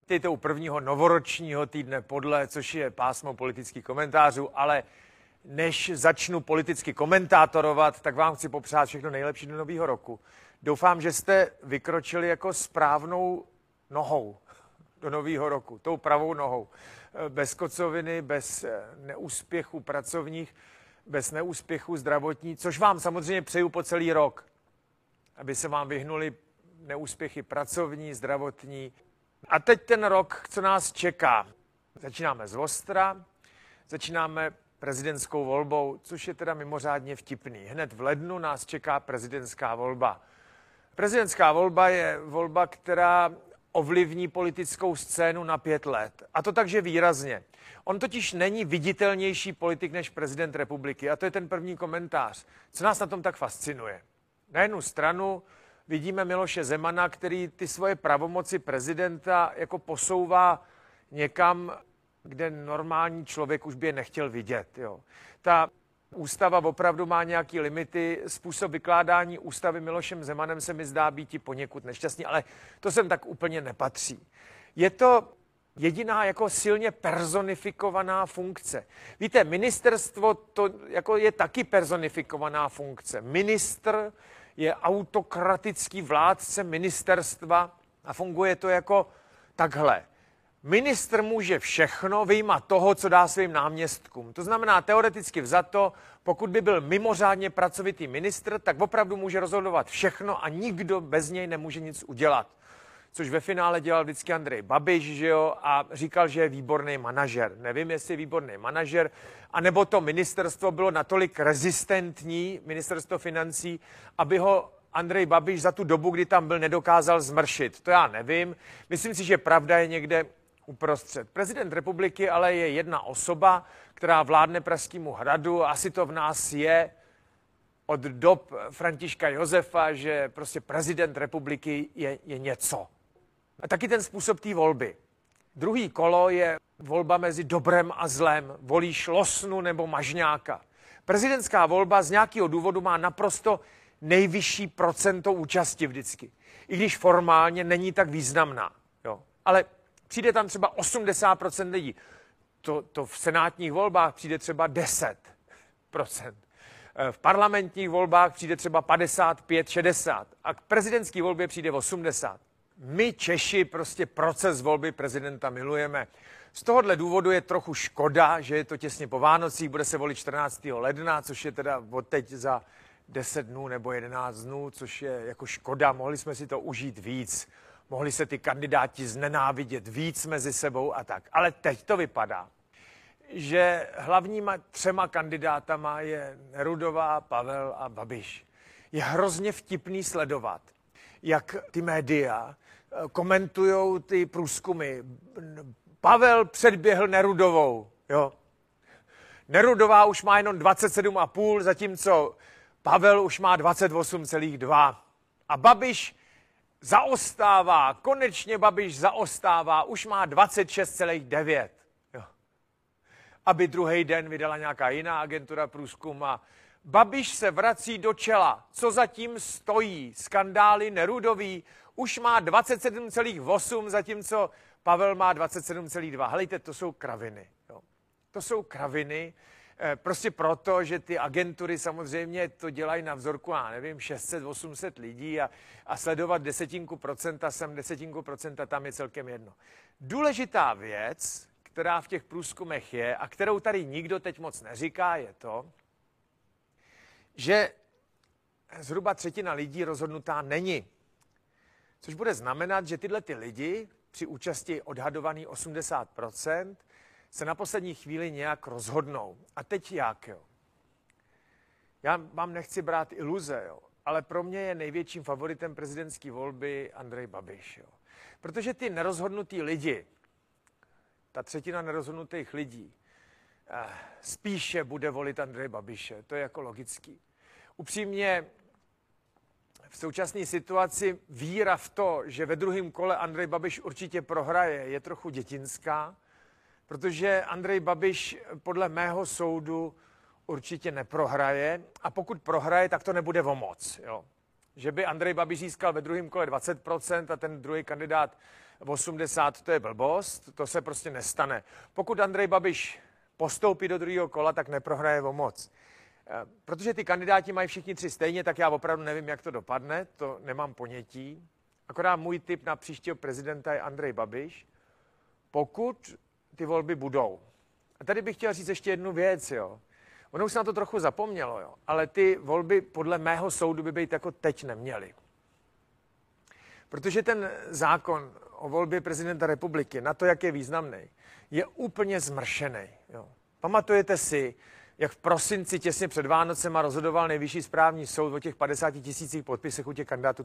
Vítejte u prvního novoročního týdne podle, což je pásmo politických komentářů, ale než začnu politicky komentátorovat, tak vám chci popřát všechno nejlepší do nového roku. Doufám, že jste vykročili jako správnou nohou do nového roku, tou pravou nohou. Bez kocoviny, bez neúspěchů pracovních, bez neúspěchů zdravotní, což vám samozřejmě přeju po celý rok, aby se vám vyhnuli neúspěchy pracovní, zdravotní. A teď ten rok, co nás čeká. Začínáme z ostra, začínáme prezidentskou volbou, což je teda mimořádně vtipný. Hned v lednu nás čeká prezidentská volba. Prezidentská volba je volba, která ovlivní politickou scénu na 5 let. A to takže výrazně. On totiž není viditelnější politik než prezident republiky. A to je ten první komentář. Co nás na tom tak fascinuje? Na jednu stranu vidíme Miloše Zemana, který ty svoje pravomoci prezidenta jako posouvá někam, kde normální člověk už by je nechtěl vidět. Jo. Ta ústava opravdu má nějaké limity. Způsob vykládání ústavy Milošem Zemanem se mi zdá být i poněkud nešťastný, ale to sem tak úplně nepatří. Je to jediná jako silně personifikovaná funkce. Víte, ministerstvo to jako je taky personifikovaná funkce. Ministr je autokratický vládce ministerstva a funguje to jako takhle. Ministr může všechno vyjma toho, co dá svým náměstkům. To znamená, teoreticky vzato, pokud by byl mimořádně pracovitý ministr, tak opravdu může rozhodovat všechno a nikdo bez něj nemůže nic udělat. Což ve finále dělal vždycky Andrej Babiš, že jo, a říkal, že je výborný manažer. Nevím, jestli je výborný manažer, anebo to ministerstvo bylo natolik rezistentní, ministerstvo financí, aby ho Andrej Babiš za tu dobu, kdy tam byl, nedokázal zmršit. To já nevím. Myslím si, že pravda je někde uprostřed. Prezident republiky ale je jedna osoba, která vládne Pražskému hradu. Asi to v nás je od dob Františka Josefa, že prostě prezident republiky je něco. A taky ten způsob té volby. Druhý kolo je volba mezi dobrem a zlem. Volíš Losnu nebo Mažňáka. Prezidentská volba z nějakého důvodu má naprosto nejvyšší procento účasti vždycky. I když formálně není tak významná. Jo. Ale přijde tam třeba 80% lidí. To v senátních volbách přijde třeba 10%. V parlamentních volbách přijde třeba 55, 60. A k prezidentské volbě přijde 80. My Češi prostě proces volby prezidenta milujeme. Z tohohle důvodu je trochu škoda, že je to těsně po Vánocích, bude se volit 14. ledna, což je teda od teď za 10 dnů nebo 11 dnů, což je jako škoda. Mohli jsme si to užít víc. Mohli se ty kandidáti znenávidět víc mezi sebou a tak. Ale teď to vypadá, že hlavníma 3 kandidátama je Nerudová, Pavel a Babiš. Je hrozně vtipný sledovat, jak ty média komentujou ty průzkumy. Pavel předběhl Nerudovou. Jo. Nerudová už má jenom 27,5, zatímco Pavel už má 28,2. A Babiš zaostává, konečně Babiš zaostává, už má 26,9. Aby druhý den vydala nějaká jiná agentura průzkum a Babiš se vrací do čela. Co zatím stojí? Skandály Nerudový už má 27,8, zatímco Pavel má 27,2. Helejte, to jsou kraviny. Jo. To jsou kraviny, prostě proto, že ty agentury samozřejmě to dělají na vzorku, já nevím, 600-800 lidí a sledovat 10% sem, 10% tam je celkem jedno. Důležitá věc, která v těch průzkumech je a kterou tady nikdo teď moc neříká, je to, že zhruba 1/3 lidí rozhodnutá není. Což bude znamenat, že tyhle ty lidi při účasti odhadovaný 80% se na poslední chvíli nějak rozhodnou. A teď jak, jo? Já vám nechci brát iluze, jo? Ale pro mě je největším favoritem prezidentské volby Andrej Babiš. Jo? Protože ty nerozhodnutý lidi, ta 1/3 nerozhodnutých lidí, spíše bude volit Andreje Babiše. To je jako logický. Upřímně v současné situaci víra v to, že ve druhém kole Andrej Babiš určitě prohraje, je trochu dětinská, protože Andrej Babiš podle mého soudu určitě neprohraje a pokud prohraje, tak to nebude o moc. Jo. Že by Andrej Babiš získal ve druhém kole 20% a ten druhý kandidát 80 to je blbost, to se prostě nestane. Pokud Andrej Babiš postoupí do druhého kola, tak neprohraje o moc. Protože ty kandidáti mají všichni tři stejně, tak já opravdu nevím, jak to dopadne, to nemám ponětí. Akorát můj tip na příštího prezidenta je Andrej Babiš, pokud ty volby budou. A tady bych chtěl říct ještě jednu věc, jo. Ono už se na to trochu zapomnělo, jo. Ale ty volby podle mého soudu by být jako teď neměly. Protože ten zákon o volbě prezidenta republiky, na to, jak je významný, je úplně zmršený. Jo. Pamatujete si, jak v prosinci těsně před Vánocema rozhodoval Nejvyšší správní soud o těch 50 000 podpisech u těch kandidátů.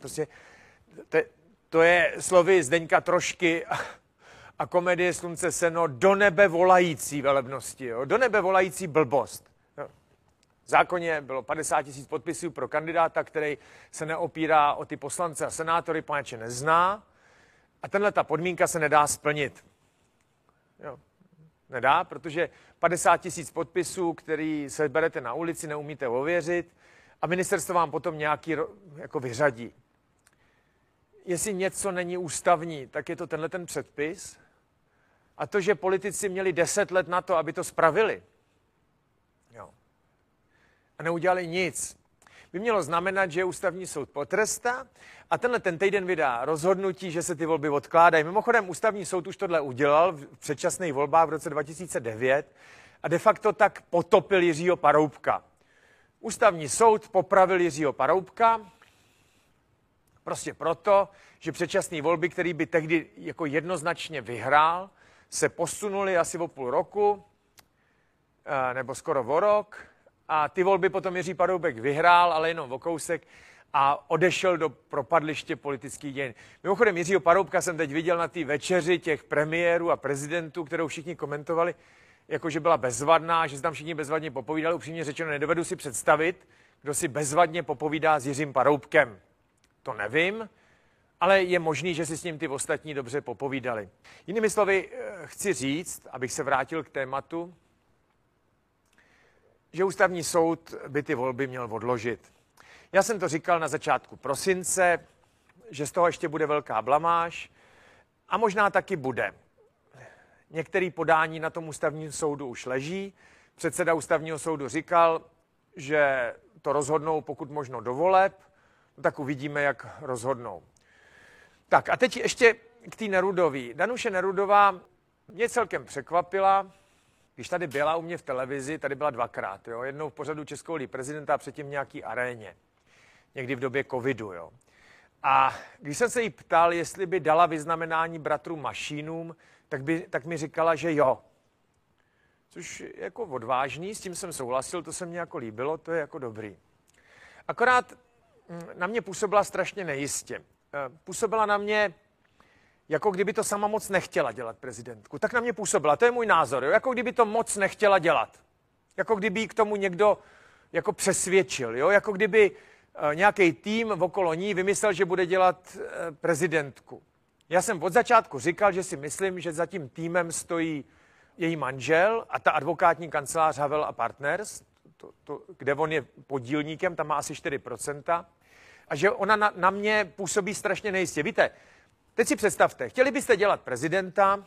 To je slovy Zdeňka Trošky a komedie Slunce seno do nebe volající velebnosti, jo? Do nebe volající blbost. Jo? V zákoně bylo 50 000 podpisů pro kandidáta, který se neopírá o ty poslance a senátory, poněče nezná. A ta podmínka se nedá splnit. Jo? Nedá, protože 50 000 podpisů, který se berete na ulici, neumíte ověřit a ministerstvo vám potom nějaký jako vyřadí. Jestli něco není ústavní, tak je to tenhle ten předpis. A to, že politici měli 10 let na to, aby to spravili, jo, a neudělali nic, by mělo znamenat, že ústavní soud potrestá a ten týden vydá rozhodnutí, že se ty volby odkládají. Mimochodem, ústavní soud už tohle udělal v předčasných volbách v roce 2009 a de facto tak potopil Jiřího Paroubka. Ústavní soud popravil Jiřího Paroubka prostě proto, že předčasné volby, který by tehdy jako jednoznačně vyhrál, se posunuli asi o půl roku, nebo skoro o rok, a ty volby potom Jiří Paroubek vyhrál, ale jenom o kousek, a odešel do propadliště politických dějin. Mimochodem Jiřího Paroubka jsem teď viděl na té večeři těch premiérů a prezidentů, kterou všichni komentovali, jakože byla bezvadná, že se tam všichni bezvadně popovídali. Upřímně řečeno, nedovedu si představit, kdo si bezvadně popovídá s Jiřím Paroubkem. To nevím, ale je možný, že si s ním ty ostatní dobře popovídali. Jinými slovy, chci říct, abych se vrátil k tématu, že ústavní soud by ty volby měl odložit. Já jsem to říkal na začátku prosince, že z toho ještě bude velká blamáž a možná taky bude. Některé podání na tom ústavním soudu už leží. Předseda ústavního soudu říkal, že to rozhodnou pokud možno do voleb, no tak uvidíme, jak rozhodnou. Tak a teď ještě k té Nerudové. Danuše Nerudová mě celkem překvapila, když tady byla u mě v televizi, tady byla dvakrát, jo? Jednou v pořadu Českou líp prezidenta a předtím v nějaký aréně. Někdy v době covidu, jo. A když jsem se jí ptal, jestli by dala vyznamenání bratrům Mašínům, tak mi říkala, že jo. Což je jako odvážný, s tím jsem souhlasil, to se mně jako líbilo, to je jako dobrý. Akorát na mě působila strašně nejistě. Působila na mě, jako kdyby to sama moc nechtěla dělat prezidentku. Tak na mě působila, to je můj názor, jo? Jako kdyby to moc nechtěla dělat. Jako kdyby k tomu někdo jako přesvědčil, jo? Jako kdyby nějaký tým okolo ní vymyslel, že bude dělat prezidentku. Já jsem od začátku říkal, že si myslím, že za tím týmem stojí její manžel a ta advokátní kancelář Havel a Partners, kde on je podílníkem, tam má asi 4%, a že ona na mě působí strašně nejistě. Víte, teď si představte, chtěli byste dělat prezidenta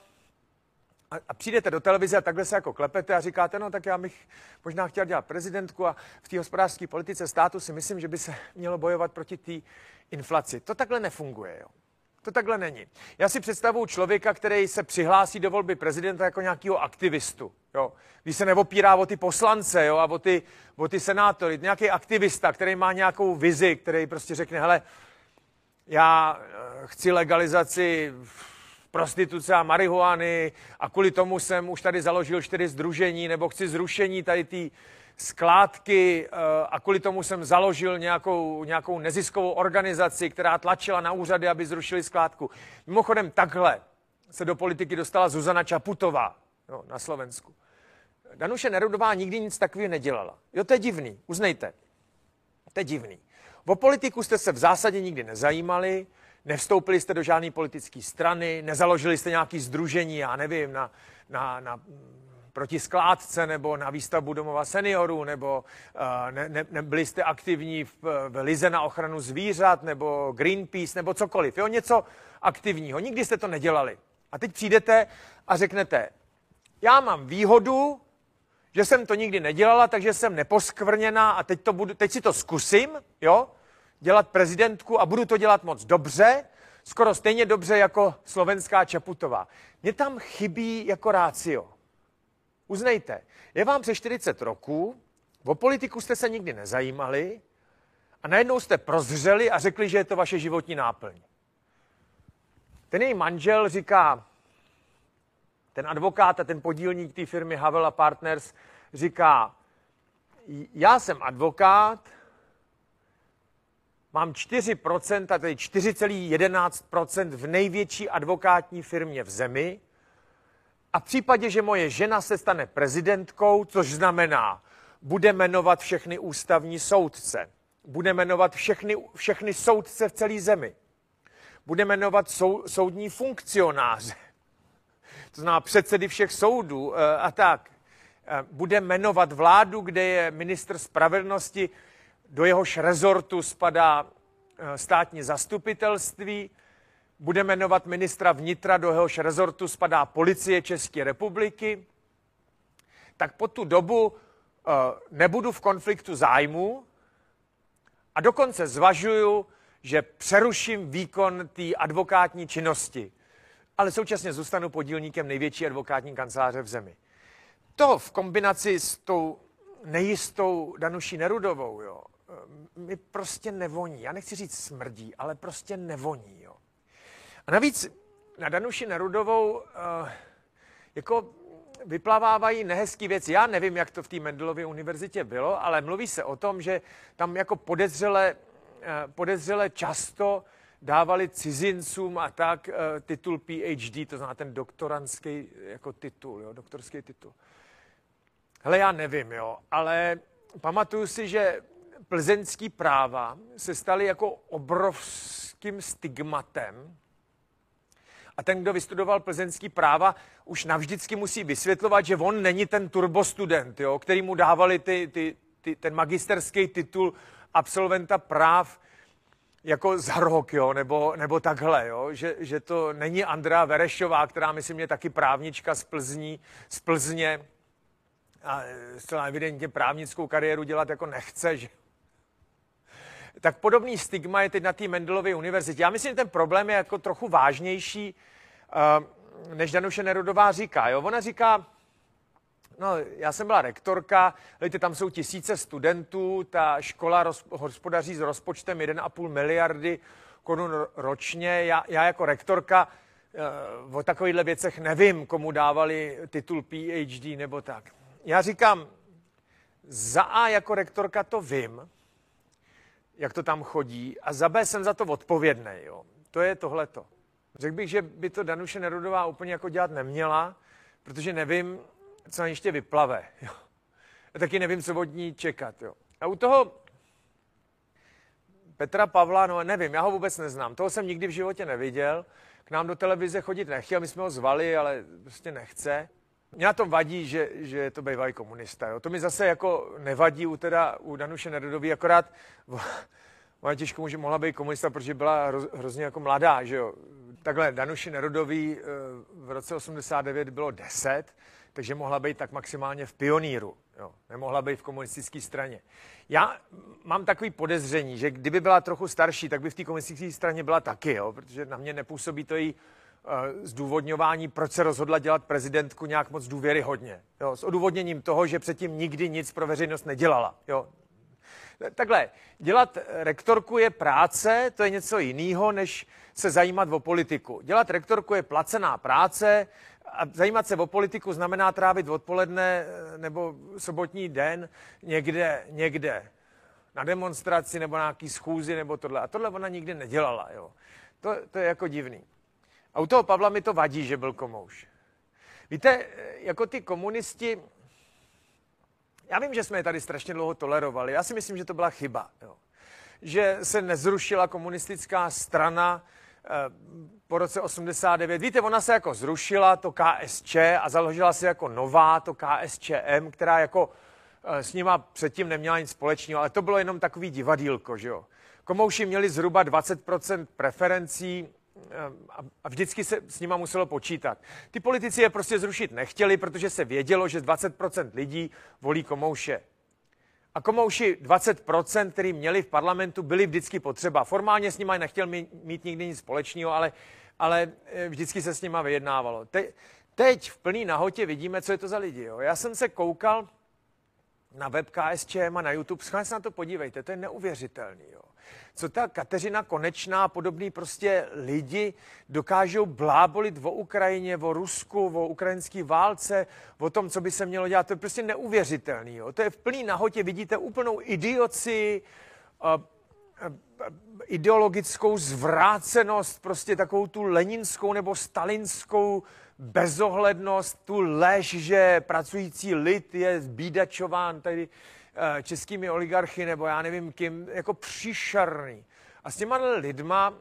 a přijdete do televize a takhle se jako klepete a říkáte, no tak já bych možná chtěl dělat prezidentku a v té hospodářské politice státu si myslím, že by se mělo bojovat proti té inflaci. To takhle nefunguje, jo. To takhle není. Já si představuji člověka, který se přihlásí do volby prezidenta jako nějakého aktivistu, jo. Když se neopírá o ty poslance, jo, a o ty senátory, nějaký aktivista, který má nějakou vizi, který prostě řekne, hele, já chci legalizaci prostituce a marihuany a kvůli tomu jsem už tady založil 4 sdružení, nebo chci zrušení tady té skládky a kvůli tomu jsem založil nějakou neziskovou organizaci, která tlačila na úřady, aby zrušili skládku. Mimochodem takhle se do politiky dostala Zuzana Čaputová, jo, na Slovensku. Danuše Nerudová nikdy nic takového nedělala. Jo, to je divný, uznejte. To je divný. O politiku jste se v zásadě nikdy nezajímali, nevstoupili jste do žádné politické strany, nezaložili jste nějaké sdružení, já nevím, na proti skládce nebo na výstavbu domova seniorů, nebo byli jste aktivní v Lize na ochranu zvířat, nebo Greenpeace, nebo cokoliv. Jo? Něco aktivního. Nikdy jste to nedělali. A teď přijdete a řeknete, já mám výhodu, že jsem to nikdy nedělala, takže jsem neposkvrněná a teď si to zkusím, jo? Dělat prezidentku a budu to dělat moc dobře, skoro stejně dobře jako slovenská Čaputová. Mně tam chybí jako rácio. Uznejte, je vám přes 40 roků, o politiku jste se nikdy nezajímali a najednou jste prozřeli a řekli, že je to vaše životní náplň. Ten její manžel říká, ten advokát a ten podílník té firmy Havel & Partners říká, já jsem advokát, mám 4%, tedy 4,11% v největší advokátní firmě v zemi a v případě, že moje žena se stane prezidentkou, což znamená, bude jmenovat všechny ústavní soudce, bude jmenovat všechny soudce v celé zemi, bude jmenovat soudní funkcionáře, to znamená předsedy všech soudů a tak. Bude jmenovat vládu, kde je ministr spravedlnosti, do jehož rezortu spadá státní zastupitelství, bude jmenovat ministra vnitra, do jehož rezortu spadá policie České republiky, tak po tu dobu nebudu v konfliktu zájmu a dokonce zvažuju, že přeruším výkon té advokátní činnosti, ale současně zůstanu podílníkem největší advokátní kanceláře v zemi. To v kombinaci s tou nejistou Danuší Nerudovou, jo, mi prostě nevoní. Já nechci říct smrdí, ale prostě nevoní. Jo. A navíc na Danuši Nerudovou jako vyplavávají nehezký věci. Já nevím, jak to v té Mendelově univerzitě bylo, ale mluví se o tom, že tam jako podezřele často dávali cizincům a tak titul PhD, to znamená ten doktorandský jako titul, jo, doktorský titul. Hele, já nevím, jo, ale pamatuju si, že plzeňský práva se staly jako obrovským stigmatem a ten, kdo vystudoval plzeňský práva, už navždycky musí vysvětlovat, že on není ten turbostudent, jo, který mu dávali ten magisterský titul absolventa práv jako za rok, jo, nebo takhle, jo, že to není Andrea Verešová, která, myslím, je taky právnička z Plzně a zcela evidentně právnickou kariéru dělat jako nechce, že? Tak podobný stigma je teď na té Mendelově univerzitě. Já myslím, že ten problém je jako trochu vážnější, než Danuše Nerudová říká. Jo? Ona říká, no, já jsem byla rektorka, hejte, tam jsou tisíce studentů, ta škola hospodaří s rozpočtem 1,5 miliardy korun ročně. Já jako rektorka o takovýchhle věcech nevím, komu dávali titul PhD nebo tak. Já říkám, za A jako rektorka to vím, jak to tam chodí, a za B jsem za to odpovědný. Jo. To je tohleto. Řekl bych, že by to Danuše Nerudová úplně jako dělat neměla, protože nevím, co na ještě vyplave. Jo. A taky nevím, co od ní čekat. Jo. A u toho Petra Pavla, no nevím, já ho vůbec neznám. Toho jsem nikdy v životě neviděl. K nám do televize chodit nechtěl, my jsme ho zvali, ale prostě nechce. Mě na tom vadí, že je to bývalý komunista. Jo. To mi zase jako nevadí u Danuše Nerudové, akorát ona těžko mohla být komunista, protože byla hrozně jako mladá. Že jo. Takhle Danuši Nerudový v roce 89 bylo 10, takže mohla být tak maximálně v Pionýru. Jo. Nemohla být v komunistické straně. Já mám takový podezření, že kdyby byla trochu starší, tak by v té komunistické straně byla taky, jo, protože na mě nepůsobí to její zdůvodňování, proč se rozhodla dělat prezidentku nějak moc důvěryhodně. Jo, s odůvodněním toho, že předtím nikdy nic pro veřejnost nedělala. Jo. Takhle, dělat rektorku je práce, to je něco jiného, než se zajímat o politiku. Dělat rektorku je placená práce a zajímat se o politiku znamená trávit odpoledne nebo sobotní den někde na demonstraci nebo na nějaký schůzi nebo tohle. A tohle ona nikdy nedělala. Jo. To je jako divný. A u toho Pavla mi to vadí, že byl komouš. Víte, jako ty komunisti, já vím, že jsme je tady strašně dlouho tolerovali. Já si myslím, že to byla chyba. Jo. Že se nezrušila komunistická strana po roce 89. Víte, ona se jako zrušila, to KSČ, a založila se jako nová, to KSČM, která jako s nima předtím neměla nic společného, ale to bylo jenom takový divadýlko, že jo. Komouši měli zhruba 20% preferencí a vždycky se s nima muselo počítat. Ty politici je prostě zrušit nechtěli, protože se vědělo, že 20% lidí volí Komouše. A Komouši 20%, který měli v parlamentu, byli vždycky potřeba. Formálně s nima nechtěl mít nikdy nic společného, ale vždycky se s nima vyjednávalo. Teď v plný nahotě vidíme, co je to za lidi. Jo. Já jsem se koukal na web KSČM a na YouTube, schválně se na to podívejte, to je neuvěřitelný. Jo. Co ta Kateřina Konečná a podobný prostě lidi dokážou blábolit o Ukrajině, o Rusku, o ukrajinské válce, o tom, co by se mělo dělat, to je prostě neuvěřitelný. Jo. To je v plný nahotě, vidíte úplnou idioci, ideologickou zvrácenost, prostě takovou tu leninskou nebo stalinskou bezohlednost, tu lež, že pracující lid je zbídačován tady českými oligarchy nebo já nevím kým, jako příšerný. A s těma lidma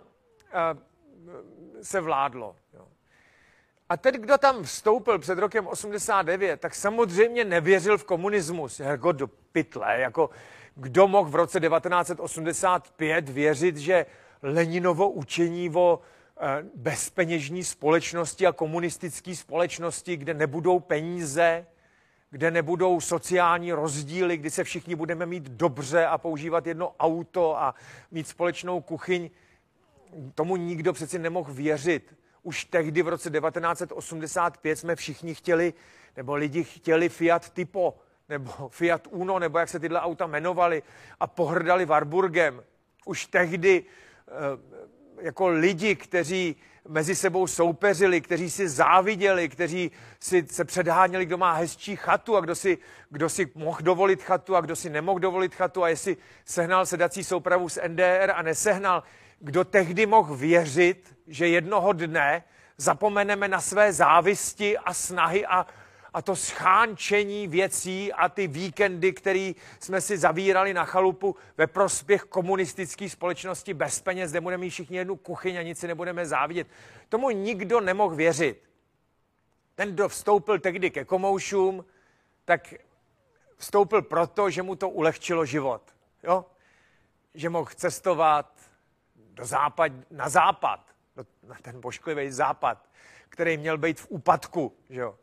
se vládlo. Jo. A teď, kdo tam vstoupil před rokem 89, tak samozřejmě nevěřil v komunismus. Jako do pytle, jako kdo mohl v roce 1985 věřit, že Leninovo učení o bezpeněžní společnosti a komunistické společnosti, kde nebudou peníze, kde nebudou sociální rozdíly, kdy se všichni budeme mít dobře a používat jedno auto a mít společnou kuchyň, tomu nikdo přeci nemohl věřit. Už tehdy v roce 1985 jsme všichni chtěli, nebo lidi chtěli Fiat Tipo, nebo Fiat Uno, nebo jak se tyhle auta jmenovaly, a pohrdali Warburgem. Už tehdy jako lidi, kteří mezi sebou soupeřili, kteří si záviděli, kteří si se předháněli, kdo má hezčí chatu a kdo si mohl dovolit chatu a kdo si nemohl dovolit chatu a jestli sehnal sedací soupravu z NDR a nesehnal. Kdo tehdy mohl věřit, že jednoho dne zapomeneme na své závisti a snahy a to schánčení věcí a ty víkendy, které jsme si zavírali na chalupu ve prospěch komunistické společnosti bez peněz, kde budeme mít všichni jednu kuchyň a nic si nebudeme závidět. Tomu nikdo nemohl věřit. Ten, kdo vstoupil tehdy ke komoušům, tak vstoupil proto, že mu to ulehčilo život. Jo? Že mohl cestovat na západ, na ten bošklivý západ, který měl být v úpadku, že jo?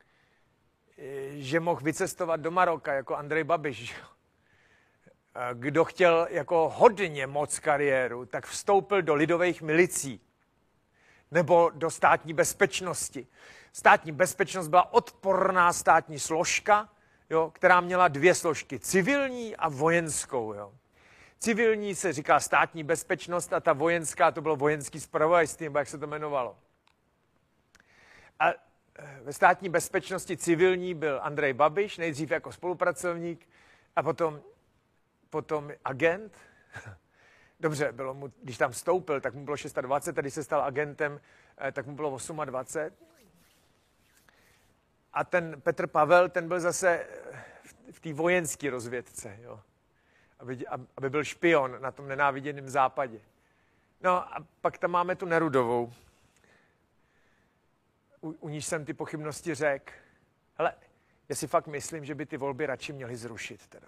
Že mohl vycestovat do Maroka jako Andrej Babiš. Kdo chtěl jako hodně moc kariéru, tak vstoupil do lidových milicí nebo do státní bezpečnosti. Státní bezpečnost byla odporná státní složka, jo, která měla dvě složky, civilní a vojenskou. Jo. Civilní se říká státní bezpečnost a ta vojenská, to bylo vojenský zpravodajství, nebo jak se to jmenovalo. A ve státní bezpečnosti civilní byl Andrej Babiš, nejdřív jako spolupracovník a potom agent. Dobře, bylo mu, když tam vstoupil, tak mu bylo 26, a když se stal agentem, tak mu bylo 28. A ten Petr Pavel, ten byl zase v té vojenské rozvědce, jo? Aby byl špion na tom nenáviděném západě. No a pak tam máme tu Nerudovou. U níž jsem ty pochybnosti řekl. Hele, já si fakt myslím, že by ty volby radši měli zrušit teda.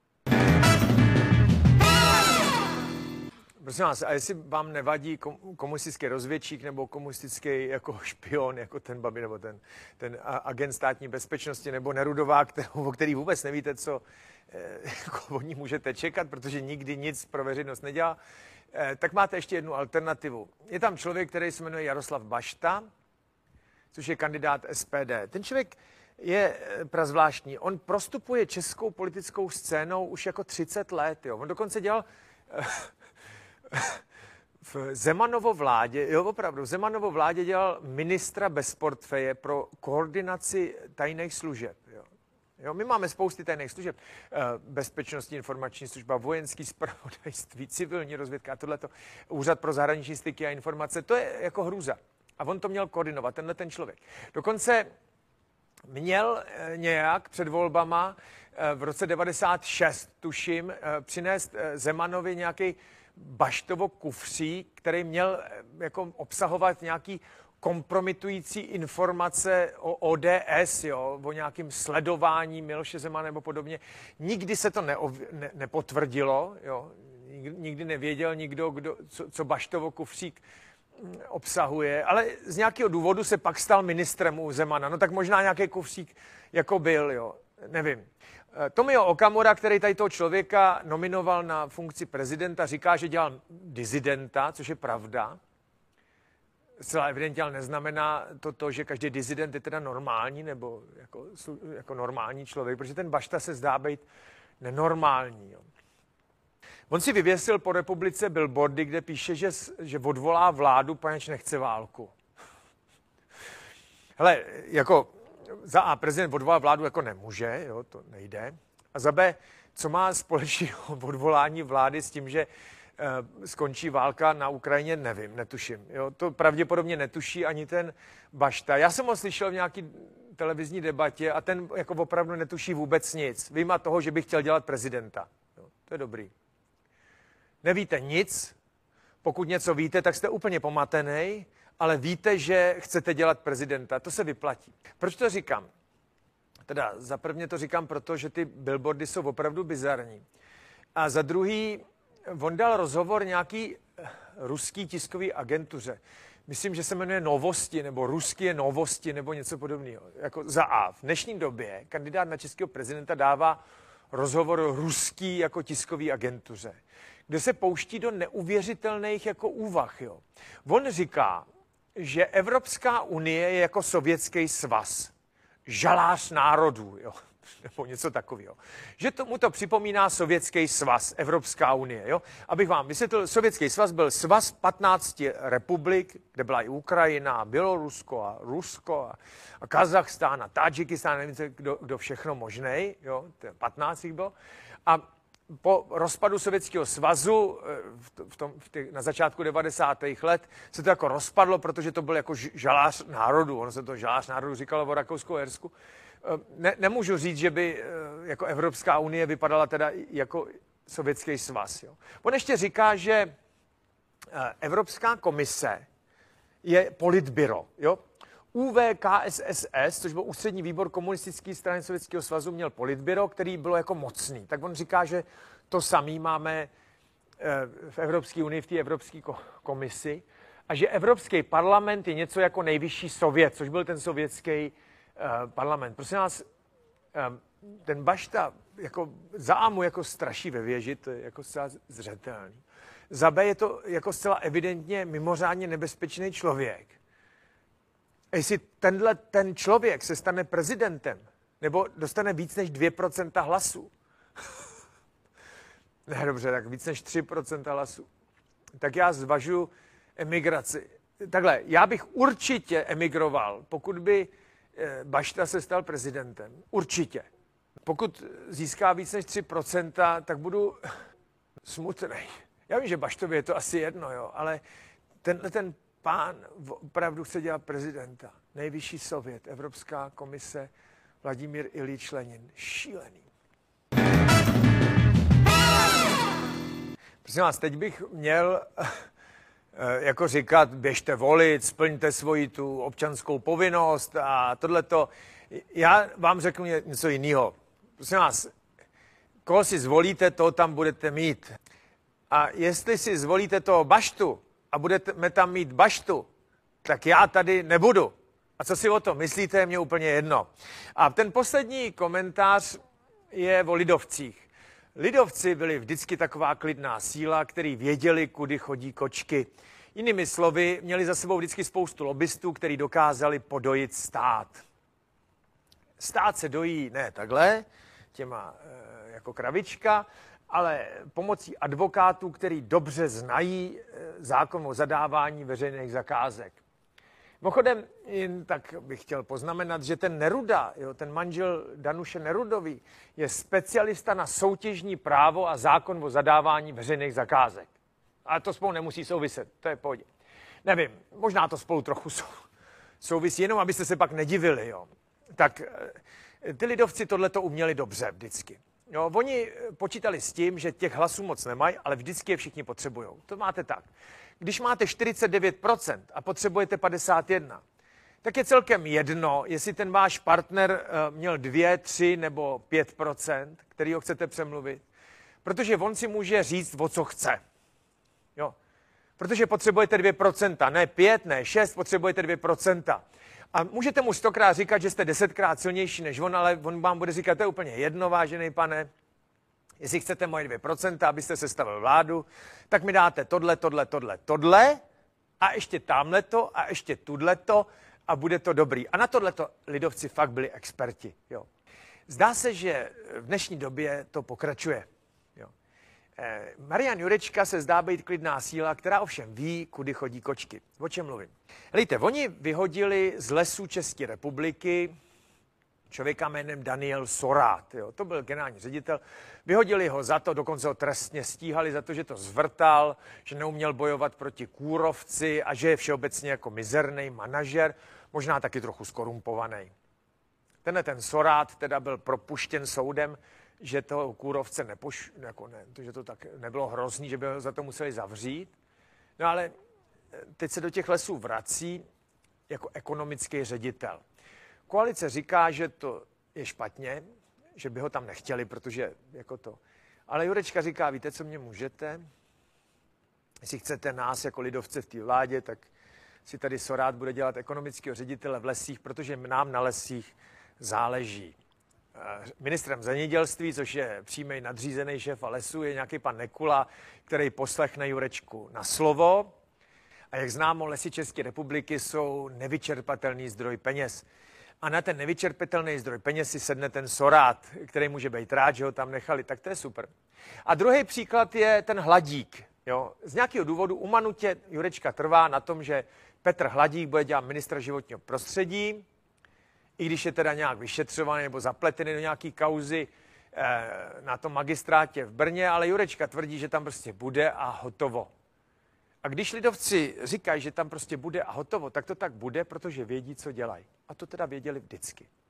Prosím vás, a jestli vám nevadí komunistický rozvědčík nebo komunistický jako špion, jako ten Babi, nebo ten agent státní bezpečnosti, nebo Nerudová, o který vůbec nevíte, co jako od ní můžete čekat, protože nikdy nic pro veřejnost nedělá, tak máte ještě jednu alternativu. Je tam člověk, který se jmenuje Jaroslav Bašta, což je kandidát SPD. Ten člověk je prazvláštní. On prostupuje českou politickou scénou už jako 30 let. Jo. On dokonce dělal v Zemanovo vládě, jo opravdu, v Zemanovo vládě dělal ministra bez portfeje pro koordinaci tajných služeb. Jo, my máme spousty tajných služeb. Bezpečnostní informační služba, vojenský zpravodajství, civilní rozvědka a tohleto. Úřad pro zahraniční styky a informace, to je jako hrůza. A on to měl koordinovat, tenhle ten člověk. Dokonce měl nějak před volbama v roce 96, tuším, přinést Zemanovi nějaký baštovo kufřík, který měl jako obsahovat nějaký kompromitující informace o ODS, jo, o nějakém sledování Miloše Zemana nebo podobně. Nikdy se to nepotvrdilo, jo. Nikdy nevěděl nikdo, co baštovo kufřík obsahuje, ale z nějakého důvodu se pak stal ministrem u Zemana. No tak možná nějaký kufřík jako byl, jo, nevím. Tomio Okamura, který tady toho člověka nominoval na funkci prezidenta, říká, že dělal dizidenta, což je pravda. Zcela evidentně, ale neznamená to, že každý dizident je teda normální, nebo jako normální člověk, protože ten Bašta se zdá být nenormální. Jo. On si vyvěsil po republice billboardy, kde píše, že odvolá vládu, poněvadž nechce válku. Hele, jako za A prezident odvolá vládu jako nemůže, jo, to nejde. A za B, co má společného odvolání vlády s tím, že skončí válka na Ukrajině, nevím, netuším. Jo, to pravděpodobně netuší ani ten Bašta. Já jsem ho slyšel v nějaký televizní debatě a ten jako opravdu netuší vůbec nic. Vyjma toho, že by chtěl dělat prezidenta. Jo, to je dobrý. Nevíte nic, pokud něco víte, tak jste úplně pomatený, ale víte, že chcete dělat prezidenta. To se vyplatí. Proč to říkám? Teda za prvně to říkám proto, že ty billboardy jsou opravdu bizarní. A za druhý, on dal rozhovor nějaký ruský tiskový agentuře. Myslím, že se jmenuje Novosti, nebo Ruské Novosti, nebo něco podobného. Jako za A. V dnešní době kandidát na českého prezidenta dává rozhovor ruský jako tiskový agentuře, kde se pouští do neuvěřitelných jako úvah. Jo. On říká, že Evropská unie je jako Sovětský svaz. Žalář národů, jo. Nebo něco takového. Že tomu to připomíná Sovětský svaz, Evropská unie. Jo. Abych vám vysvětlil, Sovětský svaz byl svaz 15 republik, kde byla i Ukrajina, Bělorusko a Rusko a Kazachstán a Tadžikistán, nevím, kdo všechno možnej, jo, 15 jich bylo. A po rozpadu Sovětského svazu na začátku 90. let se to jako rozpadlo, protože to byl jako žalář národů. Ono se to žalář národů říkalo o Rakousku-Uhersku. Nemůžu říct, že by jako Evropská unie vypadala teda jako Sovětský svaz. Jo. On ještě říká, že Evropská komise je politbyro. Jo. UVKSSS, což byl ústřední výbor komunistické strany Sovětského svazu, měl politbyro, který bylo jako mocný. Tak on říká, že to samý máme v Evropské unii, v té Evropské komisi, a že Evropský parlament je něco jako nejvyšší sovět, což byl ten sovětský parlament. Prosím vás, ten Bašta jako za A mu jako straší ve věži, to je jako zcela zřetelný. Za B je to jako zcela evidentně mimořádně nebezpečný člověk. Jestli ten člověk se stane prezidentem, nebo dostane víc než 2% hlasů, ne, dobře, tak víc než 3% hlasů, tak já zvažuji emigraci. Takhle, já bych určitě emigroval, pokud by Bašta se stal prezidentem. Určitě. Pokud získá víc než 3%, tak budu smutnej. Já vím, že Baštovi je to asi jedno, jo, ale ten pán opravdu chce dělat prezidenta. Nejvyšší sovět, Evropská komise, Vladimír Iljič Lenin. Šílený. Prosím vás, teď bych měl jako říkat, běžte volit, splňte svoji tu občanskou povinnost a tohleto. Já vám řeknu něco jiného. Prosím vás, koho si zvolíte, to tam budete mít. A jestli si zvolíte toho Baštu a budeme tam mít Baštu, tak já tady nebudu. A co si o tom myslíte, je mě úplně jedno. A ten poslední komentář je o lidovcích. Lidovci byli vždycky taková klidná síla, který věděli, kudy chodí kočky. Jinými slovy, měli za sebou vždycky spoustu lobbystů, kteří dokázali podojit stát. Stát se dojí ne takhle, těma jako kravička, ale pomocí advokátů, který dobře znají zákon o zadávání veřejných zakázek. Mimochodem, jen tak bych chtěl poznamenat, že ten Neruda, jo, ten manžel Danuše Nerudový, je specialista na soutěžní právo a zákon o zadávání veřejných zakázek. Ale to spolu nemusí souviset, to je v pohodě. Nevím, možná to spolu trochu souvisí, jenom abyste se pak nedivili. Jo. tak ty lidovci tohleto uměli dobře vždycky. Jo, oni počítali s tím, že těch hlasů moc nemají, ale vždycky je všichni potřebují. To máte tak. Když máte 49% a potřebujete 51%, tak je celkem jedno, jestli ten váš partner měl 2, 3 nebo 5%, který ho chcete přemluvit, protože on si může říct, o co chce. Jo. Protože potřebujete 2%, ne 5, ne 6, potřebujete 2%. A můžete mu 100krát říkat, že jste 10krát silnější než on, ale on vám bude říkat, to je úplně jedno, vážený pane, jestli chcete moje 2%, abyste sestavil vládu, tak mi dáte tohle a ještě tamhleto a ještě tudleto a bude to dobrý. A na tohleto lidovci fakt byli experti. Jo. Zdá se, že v dnešní době to pokračuje. Jo. Marian Jurečka se zdá být klidná síla, která ovšem ví, kudy chodí kočky. O čem mluvím? Helejte, oni vyhodili z lesů České republiky člověka jménem Daniel Sorát. Jo. To byl generální ředitel. Vyhodili ho za to, dokonce ho trestně stíhali za to, že to zvrtal, že neuměl bojovat proti kůrovci a že je všeobecně jako mizerný manažer, možná taky trochu skorumpovaný. Ten Sorát teda byl propuštěn soudem, že toho kůrovce že to tak nebylo hrozný, že by ho za to museli zavřít. No ale teď se do těch lesů vrací jako ekonomický ředitel. Koalice říká, že to je špatně, že by ho tam nechtěli, protože jako to. Ale Jurečka říká, víte, co mě můžete? Jestli chcete nás jako lidovce v té vládě, tak si tady Sorát bude dělat ekonomického ředitele v lesích, protože nám na lesích záleží. Ministrem zemědělství, což je přímý nadřízený šéf lesů, je nějaký pan Nekula, který poslechne Jurečku na slovo. A jak známo, lesy České republiky jsou nevyčerpatelný zdroj peněz. A na ten nevyčerpatelný zdroj peněz si sedne ten Sorát, který může být rád, že ho tam nechali, tak to je super. A druhý příklad je ten Hladík. Jo. Z nějakého důvodu umanutě Jurečka trvá na tom, že Petr Hladík bude dělat ministra životního prostředí, i když je teda nějak vyšetřovaný nebo zapletený do nějaký kauzy na tom magistrátě v Brně, ale Jurečka tvrdí, že tam prostě bude a hotovo. A když lidovci říkají, že tam prostě bude a hotovo, tak to tak bude, protože vědí, co dělají. A to teda věděli vždycky.